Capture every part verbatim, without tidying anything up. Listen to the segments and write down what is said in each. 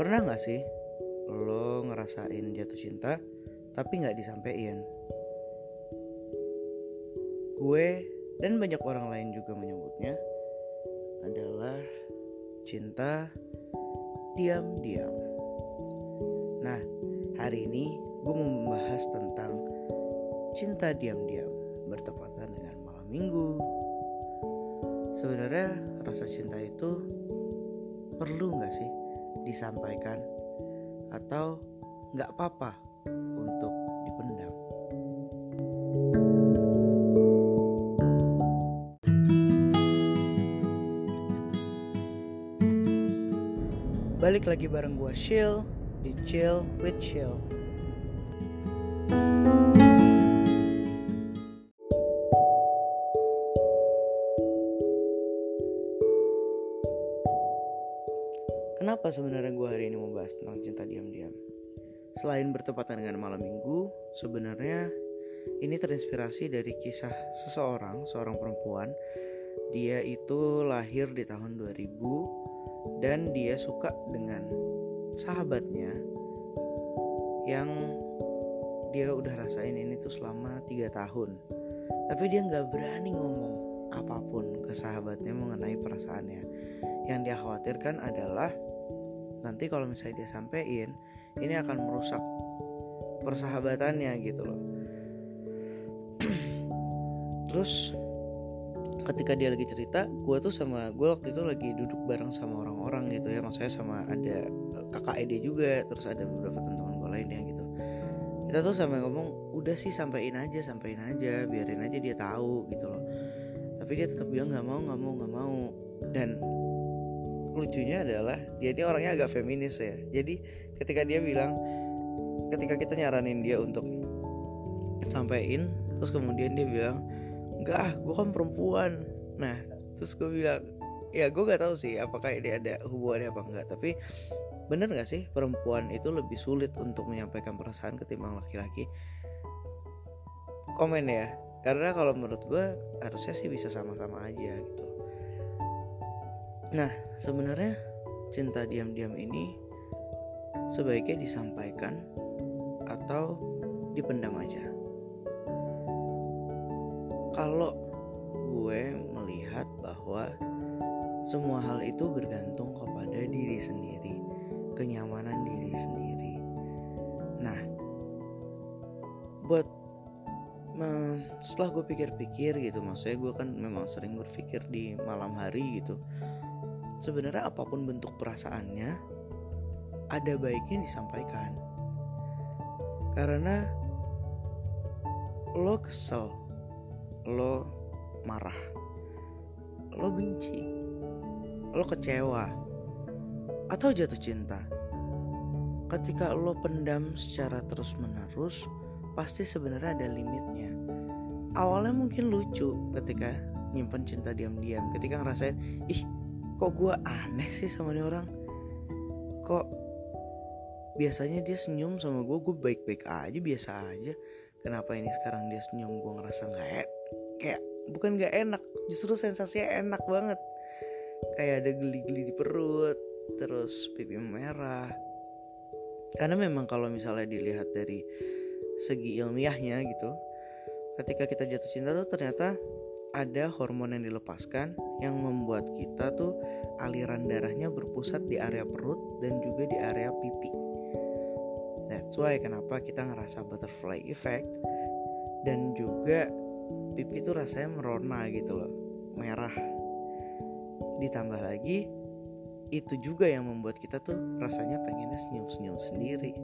Pernah gak sih lo ngerasain jatuh cinta tapi gak disampein? Gue dan banyak orang lain juga menyebutnya adalah cinta diam-diam. Nah, hari ini gue mau membahas tentang cinta diam-diam bertepatan dengan malam minggu. Sebenarnya rasa cinta itu perlu gak sih disampaikan, atau gak apa-apa untuk dipendam? Balik lagi bareng gue Chill di Chill with Chill. Kenapa sebenarnya gue hari ini mau bahas tentang cinta diam-diam? Selain bertepatan dengan malam minggu, sebenarnya ini terinspirasi dari kisah seseorang, seorang perempuan. Dia itu lahir di tahun dua ribu dan dia suka dengan sahabatnya yang dia udah rasain ini tuh selama tiga tahun. Tapi dia gak berani ngomong apapun ke sahabatnya mengenai perasaannya. Yang dia khawatirkan adalah nanti kalau misalnya dia sampein, ini akan merusak persahabatannya gitu loh. Terus ketika dia lagi cerita, gue tuh sama gue waktu itu lagi duduk bareng sama orang-orang gitu ya, maksudnya sama ada kakak Ede juga, terus ada beberapa teman-teman gue lainnya gitu. Kita tuh sampai ngomong, udah sih sampein aja, sampein aja, biarin aja dia tahu gitu loh. Tapi dia tetap bilang nggak mau, nggak mau, nggak mau. Dan lucunya adalah dia ini orangnya agak feminis ya. Jadi ketika dia bilang, ketika kita nyaranin dia untuk sampein, terus kemudian dia bilang, enggak ah, gue kan perempuan. Nah, terus gue bilang, ya gue gak tahu sih apakah ini ada hubungannya apa enggak. Tapi bener gak sih perempuan itu lebih sulit untuk menyampaikan perasaan ketimbang laki-laki? Komen ya. Karena kalau menurut gue harusnya sih bisa sama-sama aja gitu. Nah, sebenarnya cinta diam-diam ini sebaiknya disampaikan atau dipendam aja. Kalau gue melihat bahwa semua hal itu bergantung kepada diri sendiri, kenyamanan diri sendiri. Nah, buat me- setelah gue pikir-pikir gitu, maksudnya gue kan memang sering berpikir di malam hari gitu. Sebenarnya apapun bentuk perasaannya, ada baiknya disampaikan. Karena lo kesel, lo marah, lo benci, lo kecewa, atau jatuh cinta, ketika lo pendam secara terus-menerus, pasti sebenarnya ada limitnya. Awalnya mungkin lucu ketika nyimpen cinta diam-diam, ketika ngerasain, ih kok gue aneh sih sama nih orang, kok biasanya dia senyum sama gue, gue baik-baik aja, biasa aja. Kenapa ini sekarang dia senyum, gue ngerasa gak enak. Kayak bukan gak enak, justru sensasinya enak banget. Kayak ada geli-geli di perut, terus pipi merah. Karena memang kalau misalnya dilihat dari segi ilmiahnya gitu, ketika kita jatuh cinta tuh ternyata ada hormon yang dilepaskan yang membuat kita tuh aliran darahnya berpusat di area perut dan juga di area pipi. That's why kenapa kita ngerasa butterfly effect, dan juga pipi tuh rasanya merona gitu loh, merah. Ditambah lagi itu juga yang membuat kita tuh rasanya pengennya senyum-senyum sendiri.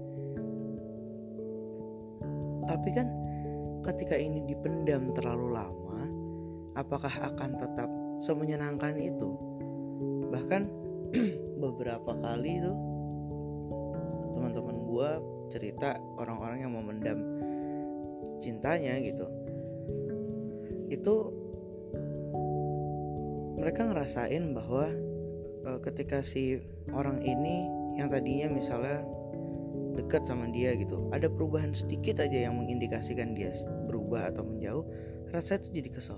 Tapi kan ketika ini dipendam terlalu lama, apakah akan tetap semenyenangkan itu? Bahkan beberapa kali tuh teman-teman gue cerita orang-orang yang memendam cintanya gitu, itu mereka ngerasain bahwa e, ketika si orang ini yang tadinya misalnya dekat sama dia gitu, ada perubahan sedikit aja yang mengindikasikan dia berubah atau menjauh, rasanya tuh jadi kesel,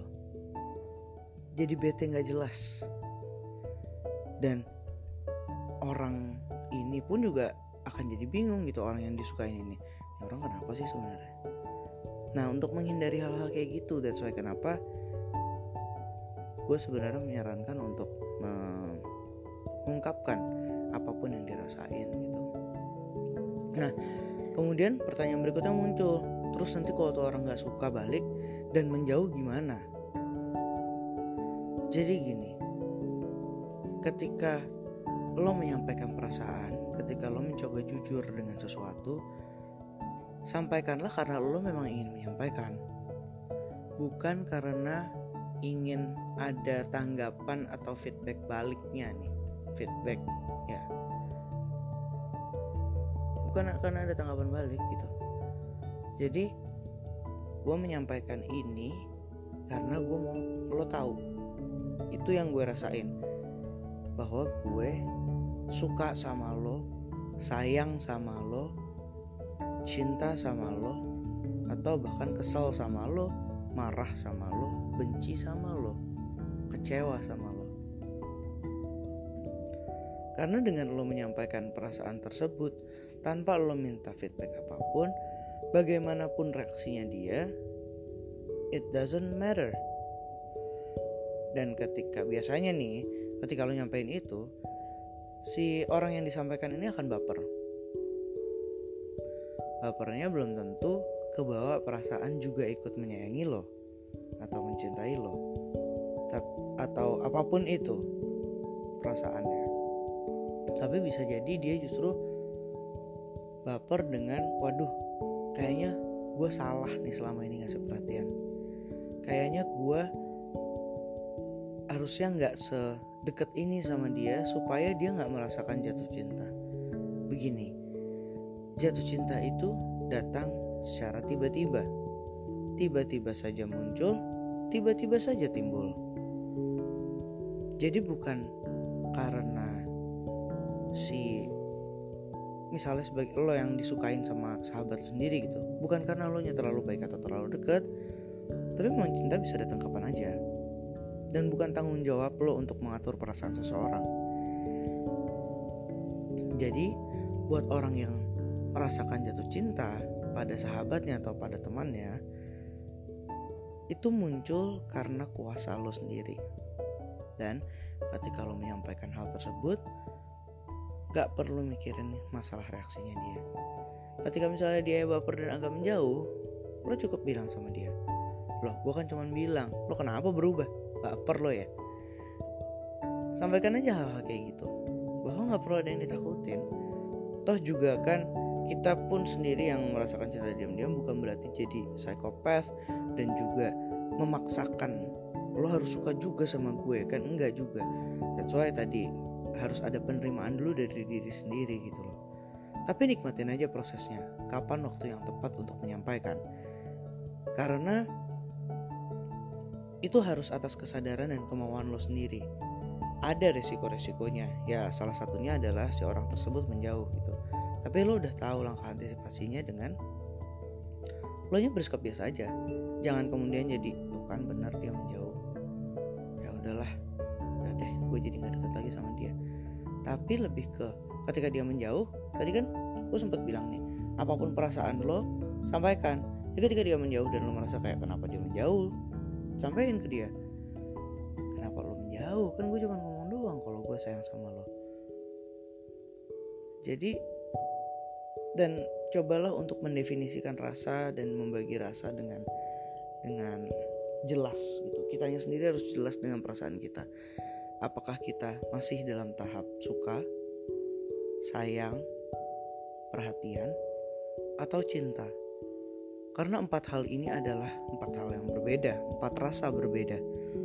jadi bete gak jelas. Dan orang ini pun juga akan jadi bingung gitu, orang yang disukain ini, ini orang kenapa sih sebenarnya. Nah, untuk menghindari hal-hal kayak gitu, that's why kenapa gue sebenarnya menyarankan untuk mengungkapkan apapun yang dirasain gitu. Nah, kemudian pertanyaan berikutnya muncul, terus nanti kalau tuh orang gak suka balik dan menjauh gimana? Jadi gini, ketika lo menyampaikan perasaan, ketika lo mencoba jujur dengan sesuatu, sampaikanlah karena lo memang ingin menyampaikan, bukan karena ingin ada tanggapan atau feedback baliknya nih. Feedback ya, bukan karena ada tanggapan balik gitu. Jadi gue menyampaikan ini karena gue mau lo tahu, itu yang gue rasain, bahwa gue suka sama lo, sayang sama lo, cinta sama lo, atau bahkan kesel sama lo, marah sama lo, benci sama lo, kecewa sama lo. Karena dengan lo menyampaikan perasaan tersebut tanpa lo minta feedback apapun, bagaimanapun reaksinya dia, it doesn't matter. Dan ketika biasanya nih, ketika lo nyampein itu, si orang yang disampaikan ini akan baper. Bapernya belum tentu kebawa perasaan juga ikut menyayangi lo atau mencintai lo, atau apapun itu perasaannya. Tapi bisa jadi dia justru baper dengan, waduh, kayaknya gue salah nih selama ini ngasih perhatian, kayaknya gue harusnya gak sedekat ini sama dia supaya dia gak merasakan jatuh cinta. Begini, jatuh cinta itu datang secara tiba-tiba, tiba-tiba saja muncul, tiba-tiba saja timbul. Jadi bukan karena si misalnya sebagai lo yang disukain sama sahabat lo sendiri gitu, bukan karena lo nya terlalu baik atau terlalu dekat, tapi memang cinta bisa datang kapan aja, dan bukan tanggung jawab lo untuk mengatur perasaan seseorang. Jadi buat orang yang merasakan jatuh cinta pada sahabatnya atau pada temannya, itu muncul karena kuasa lo sendiri. Dan ketika lo menyampaikan hal tersebut, gak perlu mikirin masalah reaksinya dia. Ketika misalnya dia baper dan agak menjauh, lo cukup bilang sama dia, loh gue kan cuma bilang, lo kenapa berubah, baper lo ya. Sampaikan aja hal-hal kayak gitu, bahwa gak perlu ada yang ditakutin. Toh juga kan kita pun sendiri yang merasakan cinta diam-diam bukan berarti jadi psikopat dan juga memaksakan lo harus suka juga sama gue, kan enggak juga. That's why tadi harus ada penerimaan dulu dari diri sendiri gitu loh. Tapi nikmatin aja prosesnya, kapan waktu yang tepat untuk menyampaikan, karena itu harus atas kesadaran dan kemauan lo sendiri. Ada resiko-resikonya, ya salah satunya adalah si orang tersebut menjauh gitu. Tapi lo udah tahu langkah antisipasinya dengan lo nya bersikap biasa aja. Jangan kemudian jadi tuh kan benar dia menjauh, ya udahlah, udah deh gue jadi nggak dekat lagi sama dia. Tapi lebih ke ketika dia menjauh, tadi kan gue sempat bilang nih, apapun perasaan lo sampaikan. Jadi ketika dia menjauh dan lo merasa kayak kenapa dia menjauh, sampaikan ke dia, kenapa lo menjauh, kan gue cuma ngomong doang kalau gue sayang sama lo. Jadi dan cobalah untuk mendefinisikan rasa dan membagi rasa dengan dengan jelas gitu. Kitanya sendiri harus jelas dengan perasaan kita. Apakah kita masih dalam tahap suka, sayang, perhatian, atau cinta? Karena empat hal ini adalah empat hal yang berbeda, empat rasa berbeda.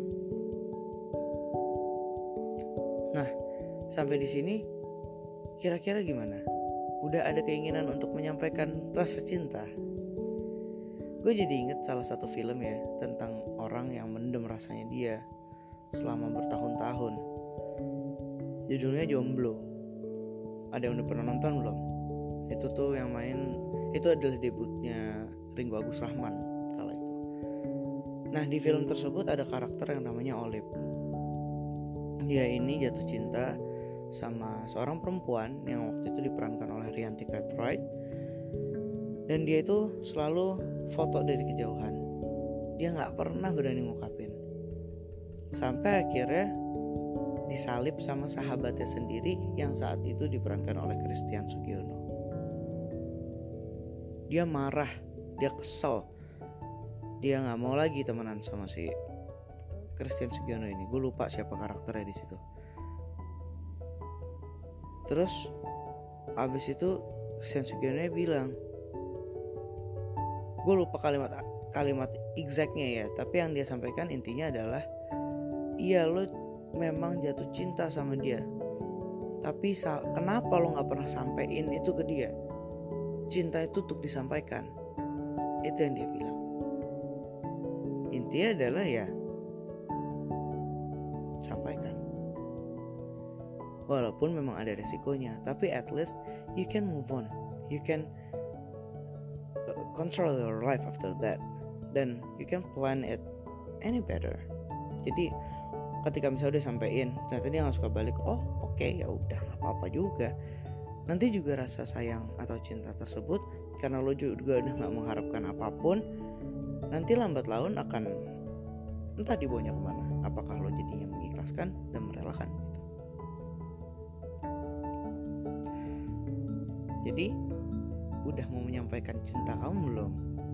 Nah, sampai di sini kira-kira gimana? Udah ada keinginan untuk menyampaikan rasa cinta? Gue jadi inget salah satu film ya, tentang orang yang mendem rasanya dia selama bertahun-tahun. Judulnya Jomblo. Ada yang udah pernah nonton belum? Itu tuh yang main, itu adalah debutnya Ringgo Agus Rahman kala itu. Nah, di film tersebut ada karakter yang namanya Olip. Dia ini jatuh cinta sama seorang perempuan yang waktu itu diperankan oleh Rianti Cartwright, dan dia itu selalu foto dari kejauhan. Dia nggak pernah berani ngungkapin, sampai akhirnya disalib sama sahabatnya sendiri yang saat itu diperankan oleh Christian Sugiono. Dia marah, dia kesel, dia nggak mau lagi temenan sama si Christian Sugiono ini. Gue lupa siapa karakternya di situ. Terus abis itu Christian Sugiono bilang, gue lupa kalimat kalimat exactnya ya, tapi yang dia sampaikan intinya adalah, iya lo memang jatuh cinta sama dia, tapi sal- kenapa lo nggak pernah sampein itu ke dia? Cinta itu untuk disampaikan. Itu yang dia bilang. Intinya adalah ya, sampaikan. Walaupun memang ada resikonya, tapi at least you can move on. You can control your life after that. Dan you can plan it any better. Jadi ketika misalnya udah sampein, ternyata dia nggak suka balik, oh oke okay, ya udah nggak apa-apa juga. Nanti juga rasa sayang atau cinta tersebut, karena lo juga udah gak mengharapkan apapun, nanti lambat laun akan entah dibawanya kemana. Apakah lo jadinya mengikhlaskan dan merelakan gitu. Jadi udah mau menyampaikan cinta kamu belum?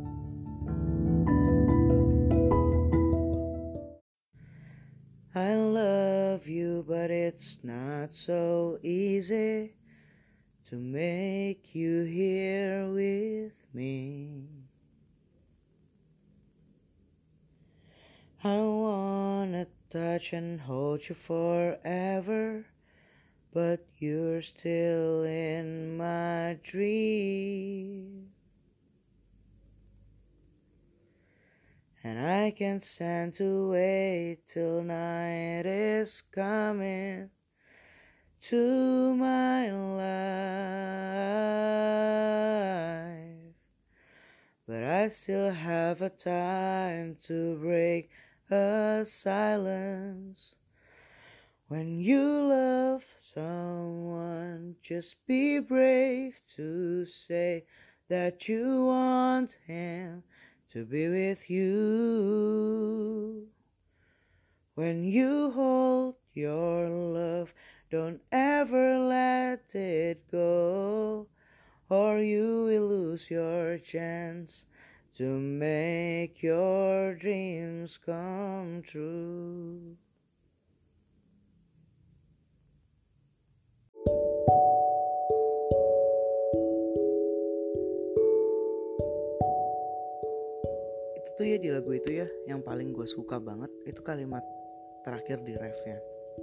I love you but it's not so easy to make you here with me. I wanna touch and hold you forever, but you're still in my dream. And I can't stand to wait till night is coming to my life, but I still have a time to break a silence. When you love someone, just be brave to say that you want him to be with you. When you hold your love, don't ever let it go, or you will lose your chance to make your dreams come true. Itu tuh ya di lagu itu ya, yang paling gue suka banget itu kalimat terakhir di refnya.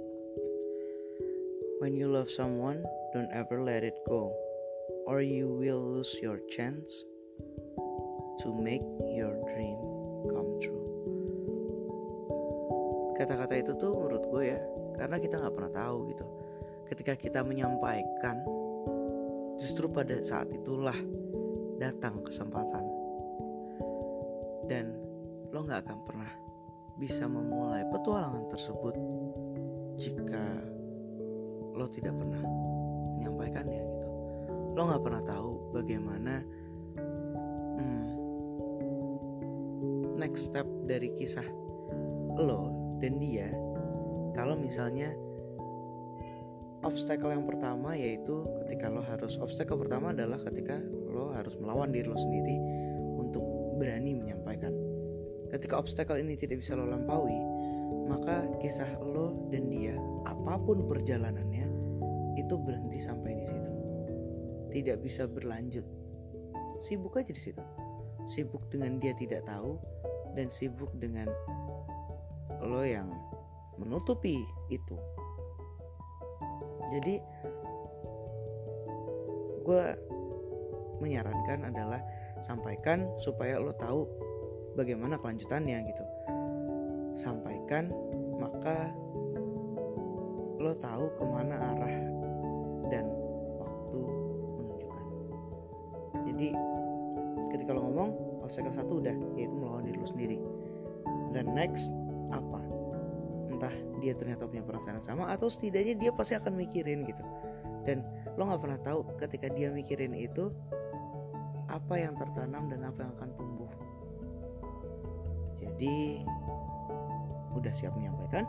When you love someone, don't ever let it go, or you will lose your chance to make your dream come true. Kata-kata itu tuh menurut gue ya, karena kita gak pernah tahu gitu. Ketika kita menyampaikan, justru pada saat itulah datang kesempatan. Dan lo gak akan pernah bisa memulai petualangan tersebut jika lo tidak pernah menyampaikannya gitu. Lo gak pernah tahu bagaimana hmm, next step dari kisah lo dan dia. Kalau misalnya obstacle yang pertama yaitu ketika lo harus obstacle pertama adalah ketika lo harus melawan diri lo sendiri untuk berani menyampaikan. Ketika obstacle ini tidak bisa lo lampaui, maka kisah lo dan dia, apapun perjalanannya, itu berhenti sampai di situ. Tidak bisa berlanjut. Sibuk aja di situ. Sibuk dengan dia tidak tahu dan sibuk dengan lo yang menutupi itu. Jadi gue menyarankan adalah sampaikan supaya lo tahu bagaimana kelanjutannya gitu. Sampaikan, maka lo tahu kemana arah dan waktu menunjukkan. Jadi ketika lo ngomong, obstacle satu udah, yaitu melawan diri lo sendiri. Then next apa? Entah dia ternyata punya perasaan yang sama, atau setidaknya dia pasti akan mikirin gitu. Dan lo gak pernah tahu ketika dia mikirin itu apa yang tertanam dan apa yang akan tumbuh. Jadi udah siap menyampaikan?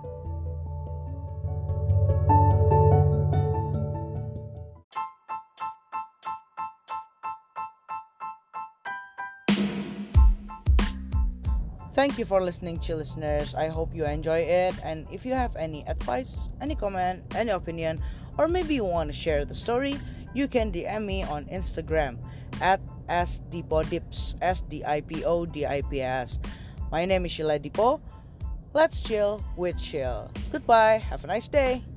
Thank you for listening, chill listeners. I hope you enjoy it. And if you have any advice, any comment, any opinion, or maybe you want to share the story, you can D M me on Instagram at sdipodips, S D I P O D I P S. My name is Sheila Dipo. Let's chill with chill. Goodbye. Have a nice day.